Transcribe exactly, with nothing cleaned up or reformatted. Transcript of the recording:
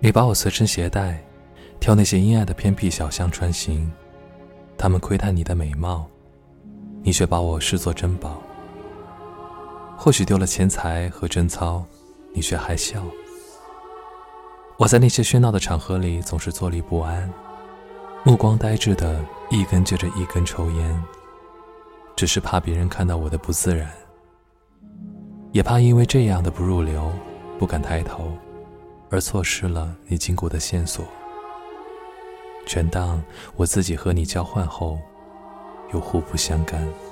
你把我随身携带，挑那些阴暗的偏僻小巷穿行，他们窥探你的美貌，你却把我视作珍宝。或许丢了钱财和贞操，你却还笑。我在那些喧闹的场合里总是坐立不安，目光呆滞的一根接着一根抽烟，只是怕别人看到我的不自然，也怕因为这样的不入流，不敢抬头，而错失了你经过的线索。全当我自己和你交换后，又互不相干。